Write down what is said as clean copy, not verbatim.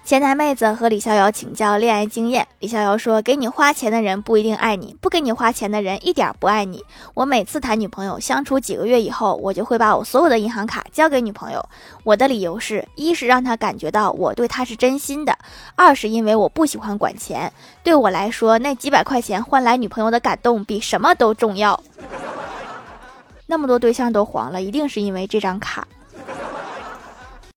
前台妹子和李逍遥请教恋爱经验，李逍遥说，给你花钱的人不一定爱你，不给你花钱的人一点不爱你。我每次谈女朋友相处几个月以后，我就会把我所有的银行卡交给女朋友，我的理由是，一是让她感觉到我对她是真心的，二是因为我不喜欢管钱，对我来说那几百块钱换来女朋友的感动比什么都重要。那么多对象都黄了，一定是因为这张卡。